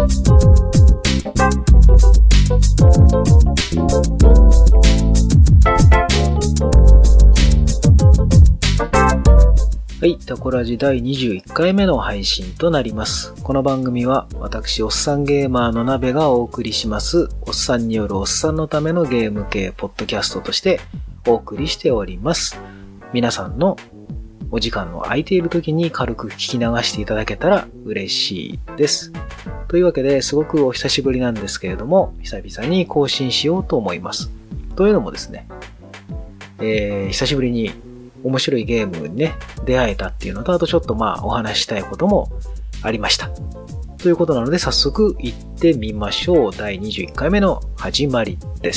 はい、タコラジ第21回目の配信となります。この番組は私、おっさんゲーマーの鍋がお送りします、おっさんによるおっさんのためのゲーム系ポッドキャストとしてお送りしております。皆さんのお時間の空いている時に軽く聞き流していただけたら嬉しいです。というわけで、すごくお久しぶりなんですけれども、久々に更新しようと思います。というのもですね、久しぶりに面白いゲームにね、出会えたっていうのと、あとちょっとお話したいこともありました。ということなので、早速行ってみましょう。第21回目の始まりです。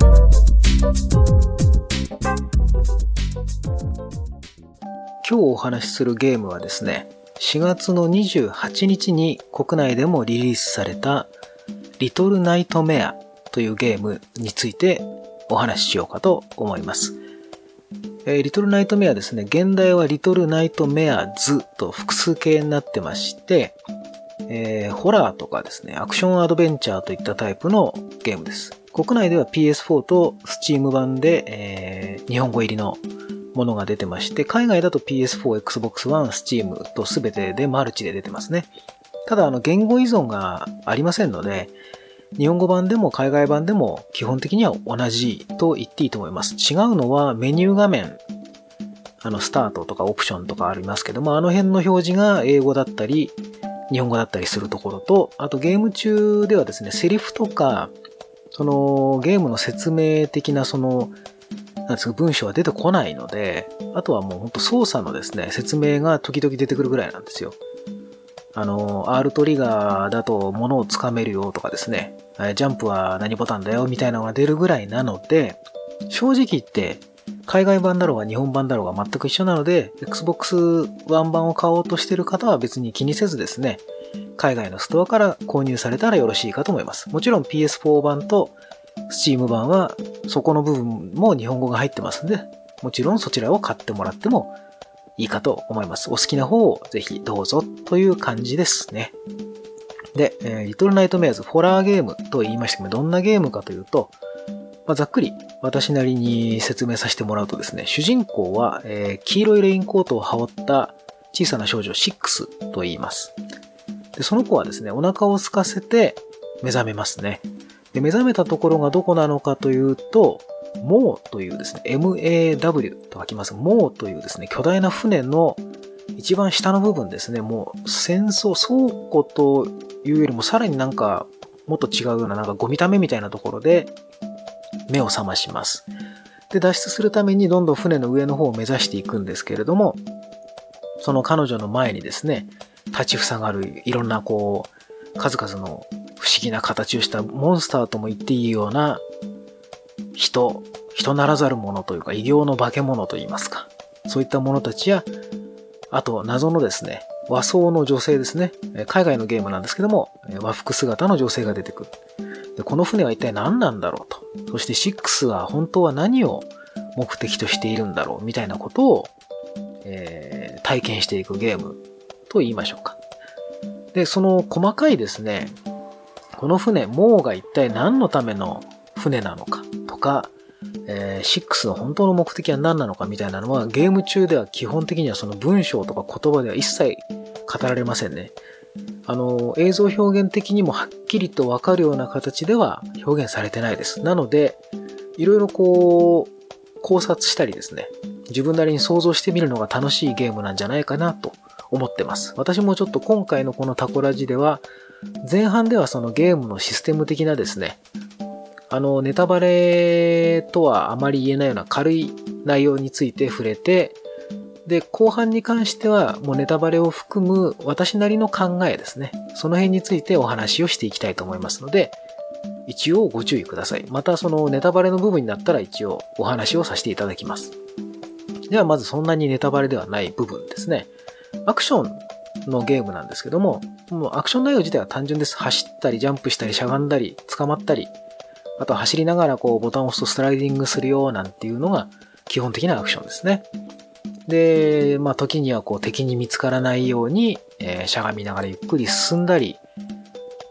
今日お話しするゲームはですね、4月の28日に国内でもリリースされたリトルナイトメアというゲームについてお話ししようかと思います。リトルナイトメアですね。現代はリトルナイトメアズと複数形になってまして、ホラーとかですね、アクションアドベンチャーといったタイプのゲームです。国内では PS4 と Steam 版で、日本語入りのものが出てまして、海外だと PS4、Xbox One、Steam と全てでマルチで出てますね。ただ、言語依存がありませんので、日本語版でも海外版でも基本的には同じと言っていいと思います。違うのはメニュー画面、スタートとかオプションとかありますけども、あの辺の表示が英語だったり、日本語だったりするところと、あとゲーム中ではですね、セリフとか、ゲームの説明的ななんですか、文章は出てこないので、あとはもうほんと操作のですね、説明が時々出てくるぐらいなんですよ。R トリガーだと物をつかめるよとかですね、ジャンプは何ボタンだよみたいなのが出るぐらいなので、正直言って海外版だろうが日本版だろうが全く一緒なので、Xbox One 版を買おうとしている方は別に気にせずですね、海外のストアから購入されたらよろしいかと思います。もちろん PS4 版と Steam 版はそこの部分も日本語が入ってますんで、もちろんそちらを買ってもらってもいいかと思います。お好きな方をぜひどうぞという感じですね。で、リトルナイトメアーズ、ホラーゲームと言いましたけど、どんなゲームかというと、ざっくり私なりに説明させてもらうとですね、主人公は、黄色いレインコートを羽織った小さな少女6と言います。で、その子はですね、お腹を空かせて目覚めますね。で、目覚めたところがどこなのかというと、モーというですね、MAW と書きます。モーというですね、巨大な船の一番下の部分ですね、もう倉庫というよりもさらにもっと違うようなゴミためみたいなところで目を覚まします。で、脱出するためにどんどん船の上の方を目指していくんですけれども、その彼女の前にですね、立ちふさがるいろんな数々の不思議な形をしたモンスターとも言っていいような人ならざるものというか異形の化け物といいますか。そういったものたちや、あと謎のですね、和装の女性ですね。海外のゲームなんですけども、和服姿の女性が出てくる。で、この船は一体何なんだろうと。そして6は本当は何を目的としているんだろうみたいなことを、体験していくゲームと言いましょうか。で、その細かいですね、この船、モーが一体何のための船なのかとか、6の本当の目的は何なのかみたいなのはゲーム中では基本的にはその文章とか言葉では一切語られませんね。映像表現的にもはっきりとわかるような形では表現されてないです。なので、いろいろ考察したりですね、自分なりに想像してみるのが楽しいゲームなんじゃないかなと思ってます。私もちょっと今回のこのタコラジでは、前半ではそのゲームのシステム的なですね、ネタバレとはあまり言えないような軽い内容について触れて、で、後半に関してはもうネタバレを含む私なりの考えですね。その辺についてお話をしていきたいと思いますので、一応ご注意ください。またそのネタバレの部分になったら一応お話をさせていただきます。ではまずそんなにネタバレではない部分ですね。アクションのゲームなんですけども、もうアクション内容自体は単純です。走ったりジャンプしたりしゃがんだり捕まったり、あと走りながらボタンを押すとスライディングするよなんていうのが基本的なアクションですね。で、時には敵に見つからないように、しゃがみながらゆっくり進んだり、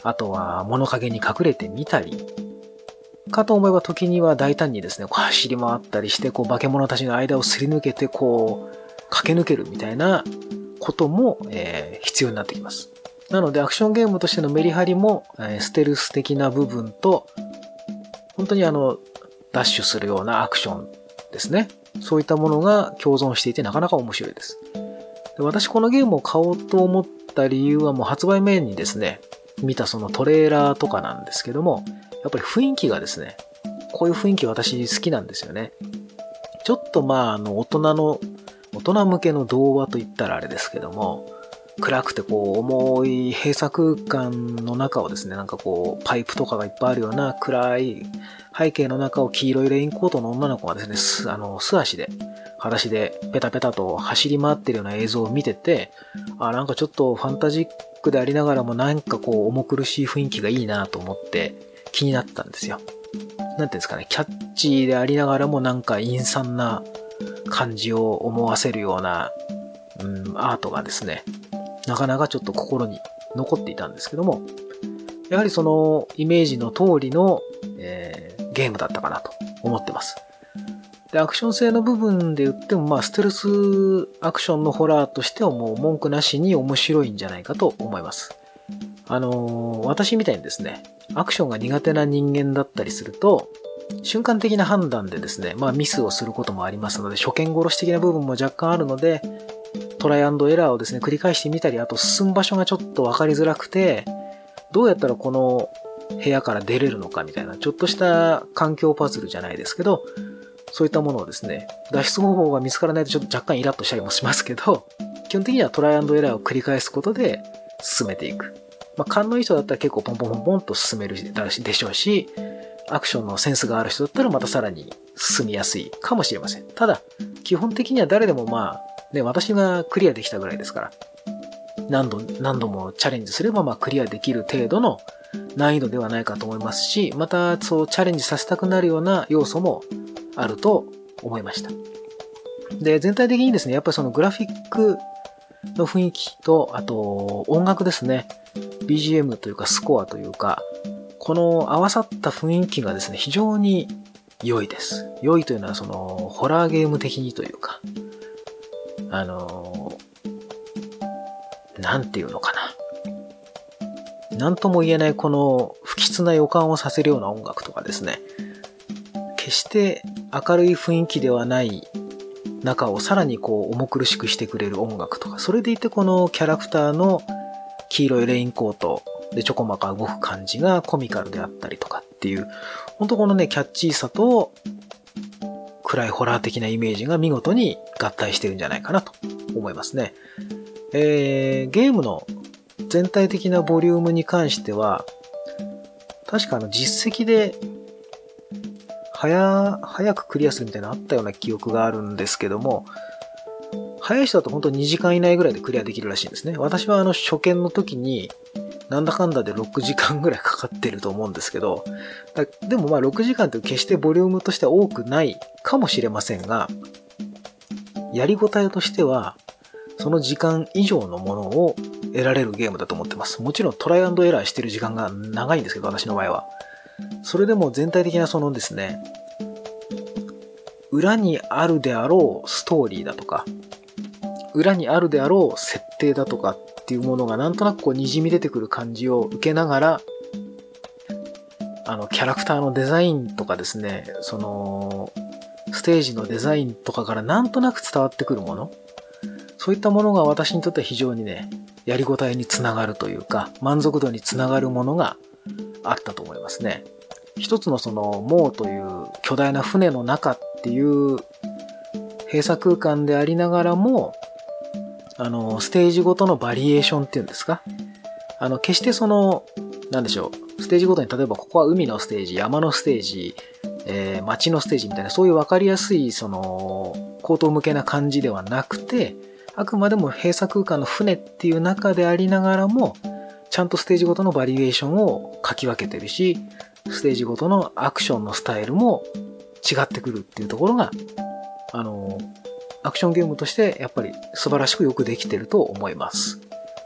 あとは物陰に隠れてみたり、かと思えば時には大胆にですね、こう走り回ったりして、こう化け物たちの間をすり抜けて、こう、駆け抜けるみたいなことも、必要になってきます。なのでアクションゲームとしてのメリハリも、ステルス的な部分と、本当にダッシュするようなアクションですね。そういったものが共存していてなかなか面白いです。で、私このゲームを買おうと思った理由はもう発売前にですね、見たそのトレーラーとかなんですけども、やっぱり雰囲気がですね、こういう雰囲気私好きなんですよね。ちょっと大人向けの童話と言ったらあれですけども、暗くてこう重い閉鎖空間の中をですね、なんかこうパイプとかがいっぱいあるような暗い背景の中を黄色いレインコートの女の子がですね、素足で、裸足でペタペタと走り回ってるような映像を見てて、なんかちょっとファンタジックでありながらもなんかこう重苦しい雰囲気がいいなと思って気になったんですよ。なんていうんですかね、キャッチーでありながらもなんか陰惨な感じを思わせるような、アートがですね、なかなかちょっと心に残っていたんですけども、やはりそのイメージの通りの、ゲームだったかなと思ってます。で、アクション性の部分で言っても、ステルスアクションのホラーとしてはもう文句なしに面白いんじゃないかと思います。私みたいにですね、アクションが苦手な人間だったりすると、瞬間的な判断でですね、ミスをすることもありますので、初見殺し的な部分も若干あるので、トライアンドエラーをですね、繰り返してみたり、あと進む場所がちょっと分かりづらくて、どうやったらこの部屋から出れるのかみたいな、ちょっとした環境パズルじゃないですけど、そういったものをですね、脱出方法が見つからないとちょっと若干イラッとしたりもしますけど、基本的にはトライアンドエラーを繰り返すことで進めていく。勘のいい人だったら結構ポンポンポンポンと進めるでしょうし、アクションのセンスがある人だったらまたさらに進みやすいかもしれません。ただ、基本的には誰でも私がクリアできたぐらいですから、何度もチャレンジすればクリアできる程度の難易度ではないかと思いますし、またそうチャレンジさせたくなるような要素もあると思いました。で、全体的にですね、やっぱりそのグラフィックの雰囲気と、あと音楽ですね、BGM というかスコアというか、この合わさった雰囲気がですね、非常に良いです。良いというのはそのホラーゲーム的にというか、なんていうのかな。なんとも言えないこの不吉な予感をさせるような音楽とかですね、決して明るい雰囲気ではない中をさらにこう重苦しくしてくれる音楽とか、それでいてこのキャラクターの黄色いレインコートでちょこまか動く感じがコミカルであったりとかっていう、本当このね、キャッチーさと暗いホラー的なイメージが見事に合体してるんじゃないかなと思いますね。ゲームの全体的なボリュームに関しては、確か実績で早くクリアするみたいなのあったような記憶があるんですけども、早い人だと本当に2時間以内ぐらいでクリアできるらしいんですね。私は初見の時になんだかんだで6時間ぐらいかかってると思うんですけど、でも6時間って決してボリュームとしては多くないかもしれませんが、やりごたえとしてはその時間以上のものを得られるゲームだと思ってます。もちろんトライアンドエラーしてる時間が長いんですけど、私の場合は。それでも全体的なそのですね、裏にあるであろうストーリーだとか、裏にあるであろう設定だとかっていうものがなんとなくこう滲み出てくる感じを受けながら、キャラクターのデザインとかですね、その、ステージのデザインとかからなんとなく伝わってくるもの、そういったものが私にとっては非常にね、やりごたえにつながるというか、満足度につながるものがあったと思いますね。一つのその、モーという巨大な船の中っていう閉鎖空間でありながらも、ステージごとのバリエーションっていうんですか、決してその、なんでしょう、ステージごとに例えばここは海のステージ、山のステージ、街のステージみたいな、そういう分かりやすいその口頭向けな感じではなくて、あくまでも閉鎖空間の船っていう中でありながらも、ちゃんとステージごとのバリエーションを書き分けてるし、ステージごとのアクションのスタイルも違ってくるっていうところが、アクションゲームとしてやっぱり素晴らしくよくできてると思います。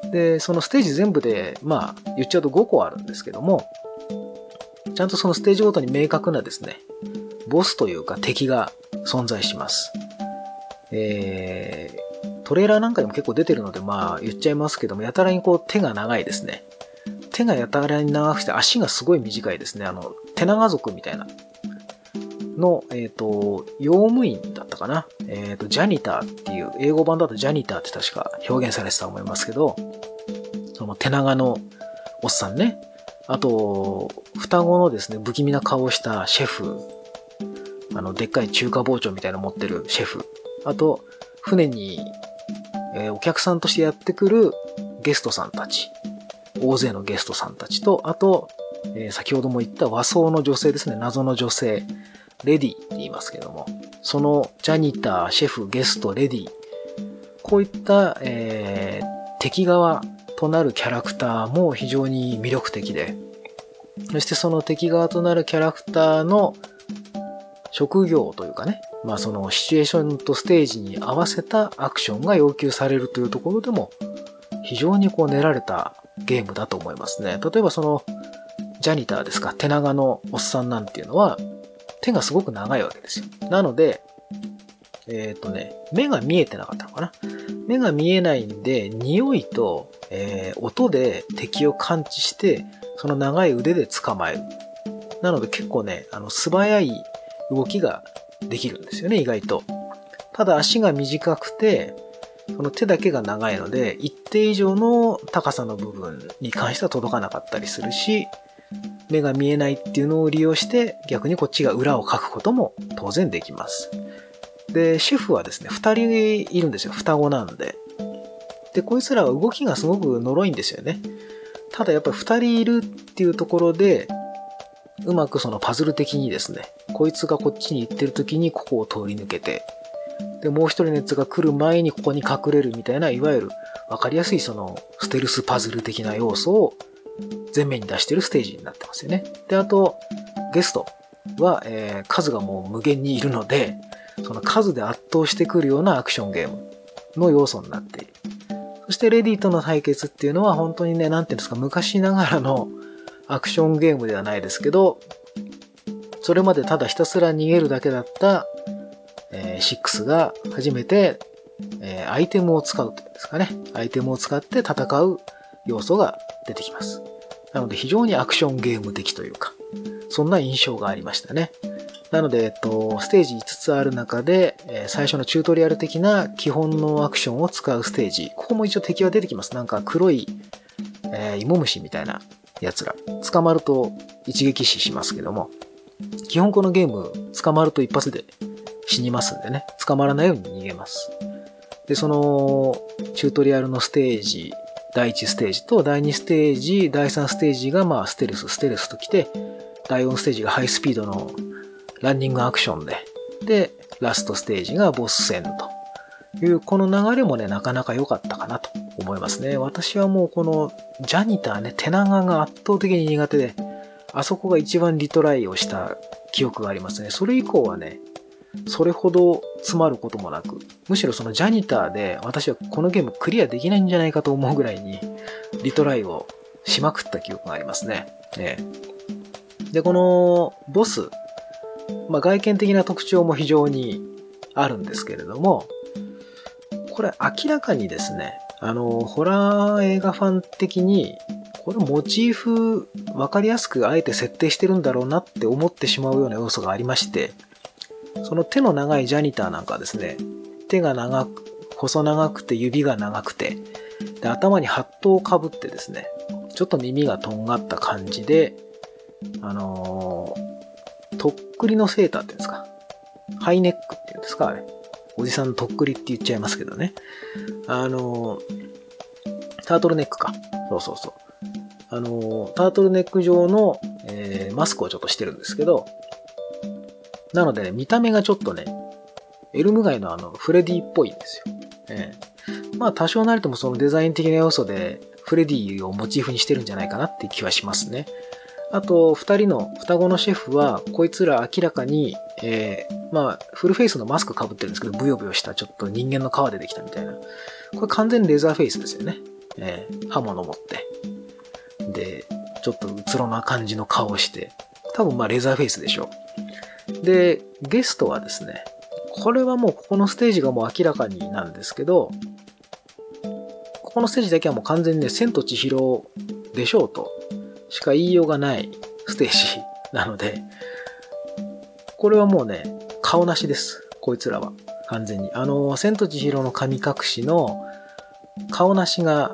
で、そのステージ全部で、まあ、言っちゃうと5個あるんですけども、ちゃんとそのステージごとに明確なですね、ボスというか敵が存在します。トレーラーなんかでも結構出てるので、まあ言っちゃいますけども、やたらにこう手が長いですね。手がやたらに長くて足がすごい短いですね。手長族みたいなの、用務員だったかな。ジャニターっていう、英語版だとジャニターって確か表現されてたと思いますけど、その手長のおっさんね。あと、双子のですね、不気味な顔をしたシェフ。でっかい中華包丁みたいなの持ってるシェフ。あと、船に、お客さんとしてやってくるゲストさんたち。大勢のゲストさんたちと、あと、先ほども言った和装の女性ですね。謎の女性。レディって言いますけども。そのジャニター、シェフ、ゲスト、レディ。こういった、敵側となるキャラクターも非常に魅力的で。そしてその敵側となるキャラクターの職業というかね。まあそのシチュエーションとステージに合わせたアクションが要求されるというところでも非常にこう練られたゲームだと思いますね。例えばそのジャニターですか、手長のおっさんなんていうのは手がすごく長いわけですよ。なので、目が見えてなかったのかな。目が見えないんで、匂いと、音で敵を感知して、その長い腕で捕まえる。なので結構ね、素早い動きができるんですよね、意外と。ただ足が短くて、その手だけが長いので、一定以上の高さの部分に関しては届かなかったりするし、目が見えないっていうのを利用して、逆にこっちが裏をかくことも当然できます。で、シェフはですね、2人いるんですよ、双子なんで。で、こいつらは動きがすごく脆いんですよね。ただやっぱり2人いるっていうところで、うまくそのパズル的にですね、こいつがこっちに行ってる時にここを通り抜けて、で、もう一人のやつが来る前にここに隠れるみたいな、いわゆるわかりやすいそのステルスパズル的な要素を前面に出しているステージになってますよね。で、あと、ゲストは、数がもう無限にいるので、その数で圧倒してくるようなアクションゲームの要素になっている。そしてレディとの対決っていうのは本当にね、なんていうんですか、昔ながらのアクションゲームではないですけど、それまでただひたすら逃げるだけだった、6が初めて、アイテムを使うというんですかね。アイテムを使って戦う要素が出てきます。なので非常にアクションゲーム的というか、そんな印象がありましたね。なので、ステージ5つある中で、最初のチュートリアル的な基本のアクションを使うステージ。ここも一応敵は出てきます。なんか黒い、芋虫みたいなやつら。捕まると一撃死しますけども、基本このゲーム、捕まると一発で死にますんでね、捕まらないように逃げます。で、その、チュートリアルのステージ、第1ステージと第2ステージ、第3ステージがまあステルスと来て、第4ステージがハイスピードのランニングアクションで、ラストステージがボス戦という、この流れもね、なかなか良かったかなと思いますね。私はもうこのジャニターね、手長が圧倒的に苦手で、あそこが一番リトライをした記憶がありますね。それ以降はね、それほど詰まることもなく、むしろそのジャニターで私はこのゲームクリアできないんじゃないかと思うぐらいにリトライをしまくった記憶がありますね。で、このボス、外見的な特徴も非常にあるんですけれども、これ明らかにですね、ホラー映画ファン的にこれモチーフわかりやすくあえて設定してるんだろうなって思ってしまうような要素がありまして、その手の長いジャニターなんかはですね、手が長く、細長くて指が長くて、で頭にハットをかぶってですね、ちょっと耳がとんがった感じで、とっくりのセーターっていうんですか、ハイネックっていうんですか、あれ。おじさんのとっくりって言っちゃいますけどね。タートルネックか。そう。タートルネック状の、マスクをちょっとしてるんですけど、なのでね、見た目がちょっとね、エルム街のフレディっぽいんですよ。多少なりともそのデザイン的な要素で、フレディをモチーフにしてるんじゃないかなっていう気はしますね。あと、二人の双子のシェフは、こいつら明らかに、フルフェイスのマスク被ってるんですけど、ブヨブヨしたちょっと人間の皮でできたみたいな。これ完全にレザーフェイスですよね。 刃物持って。で、ちょっとうつろな感じの顔して、多分レーザーフェイスでしょう。で、ゲストはですね、これはもうここのステージがもう明らかになんですけど、ここのステージだけはもう完全にね、千と千尋でしょうとしか言いようがないステージなので、これはもうね、顔なしです。こいつらは。完全に。千と千尋の神隠しの顔なしが、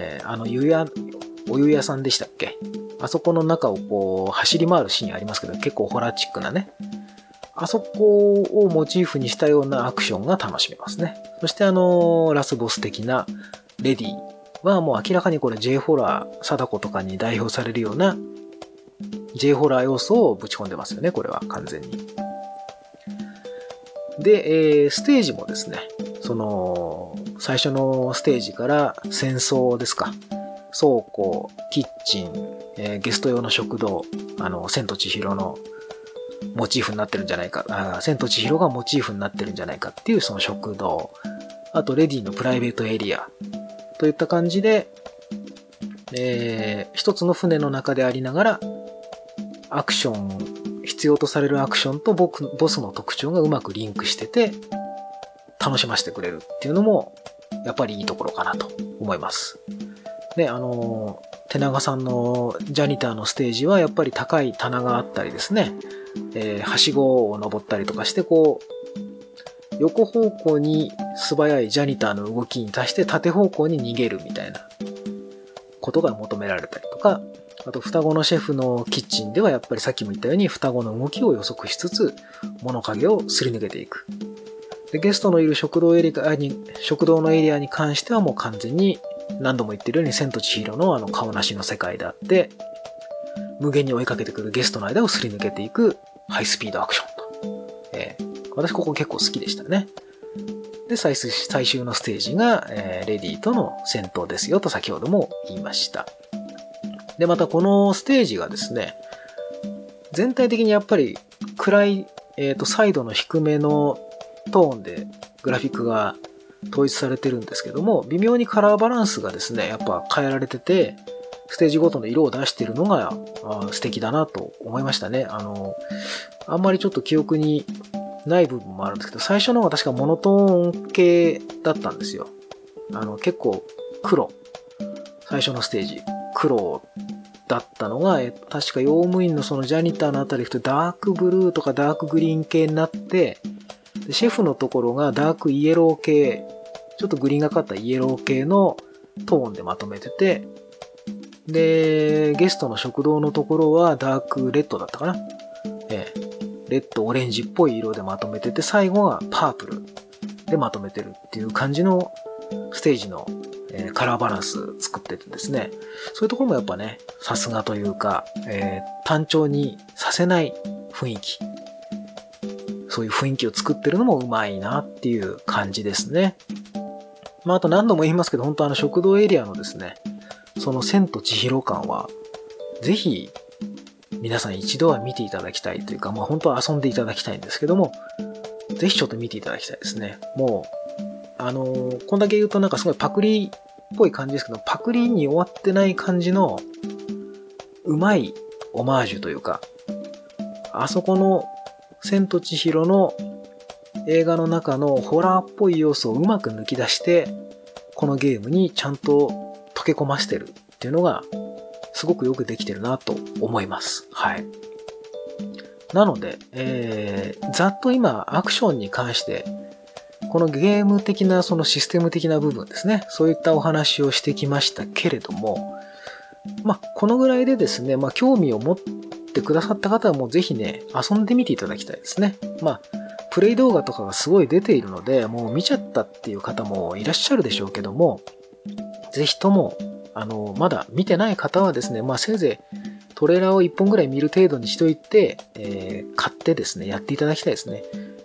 お湯屋さんでしたっけ？あそこの中をこう、走り回るシーンありますけど、結構ホラーチックなね。あそこをモチーフにしたようなアクションが楽しめますね。そしてラスボス的なレディはもう明らかにこれ J ホラー、貞子とかに代表されるような J ホラー要素をぶち込んでますよね、これは完全に。で、ステージもですね、最初のステージから戦争ですか。倉庫、キッチン、ゲスト用の食堂、千と千尋のモチーフになってるんじゃないか、千と千尋がモチーフになってるんじゃないかっていうその食堂、あとレディのプライベートエリアといった感じで、一つの船の中でありながら、アクション、必要とされるアクションとボスの特徴がうまくリンクしてて、楽しませてくれるっていうのも、やっぱりいいところかなと思います。で、手長さんのジャニターのステージはやっぱり高い棚があったりですね、はしごを登ったりとかして、こう、横方向に素早いジャニターの動きに対して縦方向に逃げるみたいなことが求められたりとか、あと双子のシェフのキッチンではやっぱりさっきも言ったように双子の動きを予測しつつ物陰をすり抜けていく。で、ゲストのいる食堂のエリアに関してはもう完全に何度も言ってるように千と千尋の顔なしの世界であって、無限に追いかけてくるゲストの間をすり抜けていくハイスピードアクションと。私ここ結構好きでしたね。で、最終のステージが、レディとの戦闘ですよと先ほども言いました。で、またこのステージがですね、全体的にやっぱり暗い、サイドの低めのトーンでグラフィックが統一されてるんですけども、微妙にカラーバランスがですね、やっぱ変えられてて、ステージごとの色を出してるのが素敵だなと思いましたね。あんまりちょっと記憶にない部分もあるんですけど、最初のは確かモノトーン系だったんですよ。結構黒。最初のステージ。黒だったのが、確か用務員のそのジャニターのあたり行くとダークブルーとかダークグリーン系になって、でシェフのところがダークイエロー系、ちょっとグリーンがかったイエロー系のトーンでまとめてて、で、ゲストの食堂のところはダークレッドだったかな。レッド、オレンジっぽい色でまとめてて、最後はパープルでまとめてるっていう感じのステージのカラーバランス作っててですね、そういうところもやっぱね、さすがというか、単調にさせない雰囲気、そういう雰囲気を作ってるのもうまいなっていう感じですね。まあ、あと何度も言いますけど、本当食堂エリアのですね、その千と千尋感は、ぜひ皆さん一度は見ていただきたいというか、まあ本当は遊んでいただきたいんですけども、ぜひちょっと見ていただきたいですね。もう、こんだけ言うとなんかすごいパクリっぽい感じですけど、パクリに終わってない感じの、うまいオマージュというか、あそこの千と千尋の映画の中のホラーっぽい要素をうまく抜き出して、このゲームにちゃんと溶け込ませてるっていうのが、すごくよくできてるなと思います。はい。なので、ざっと今、アクションに関して、このゲーム的なそのシステム的な部分ですね、そういったお話をしてきましたけれども、まあ、このぐらいでですね、まあ、興味を持ってくださった方はもうぜひね、遊んでみていただきたいですね。まあ、プレイ動画とかがすごい出ているので、もう見ちゃったっていう方もいらっしゃるでしょうけども、ぜひとも、まだ見てない方はですね、まあ、せいぜいトレーラーを1本ぐらい見る程度にしといて、買ってですね、やっていただきたいですね。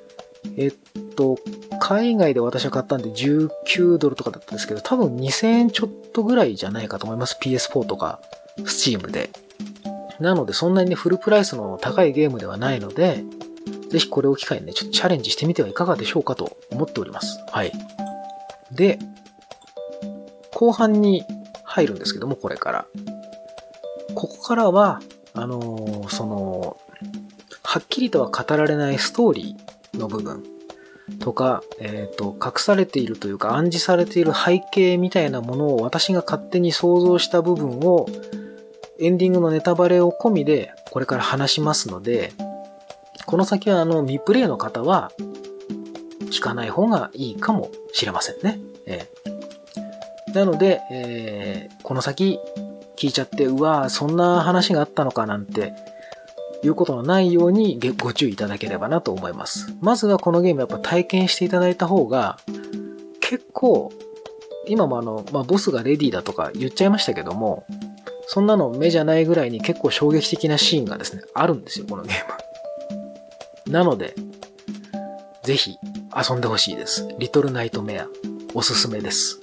海外で私は買ったんで19ドルとかだったんですけど、多分2000円ちょっとぐらいじゃないかと思います。PS4 とか、Steam で。なので、そんなにね、フルプライスの高いゲームではないので、ぜひこれを機会にね、ちょっとチャレンジしてみてはいかがでしょうかと思っております。はい。で、後半に入るんですけども、これから。ここからは、はっきりとは語られないストーリーの部分とか、隠されているというか暗示されている背景みたいなものを私が勝手に想像した部分をエンディングのネタバレを込みでこれから話しますので、この先は未プレイの方は聞かない方がいいかもしれませんね。なので、この先聞いちゃって、うわぁ、そんな話があったのかなんていうことのないようにご注意いただければなと思います。まずはこのゲームやっぱ体験していただいた方が、結構、今もボスがレディーだとか言っちゃいましたけども、そんなの目じゃないぐらいに結構衝撃的なシーンがですね、あるんですよ、このゲーム。なので、ぜひ遊んでほしいです。リトルナイトメア、おすすめです。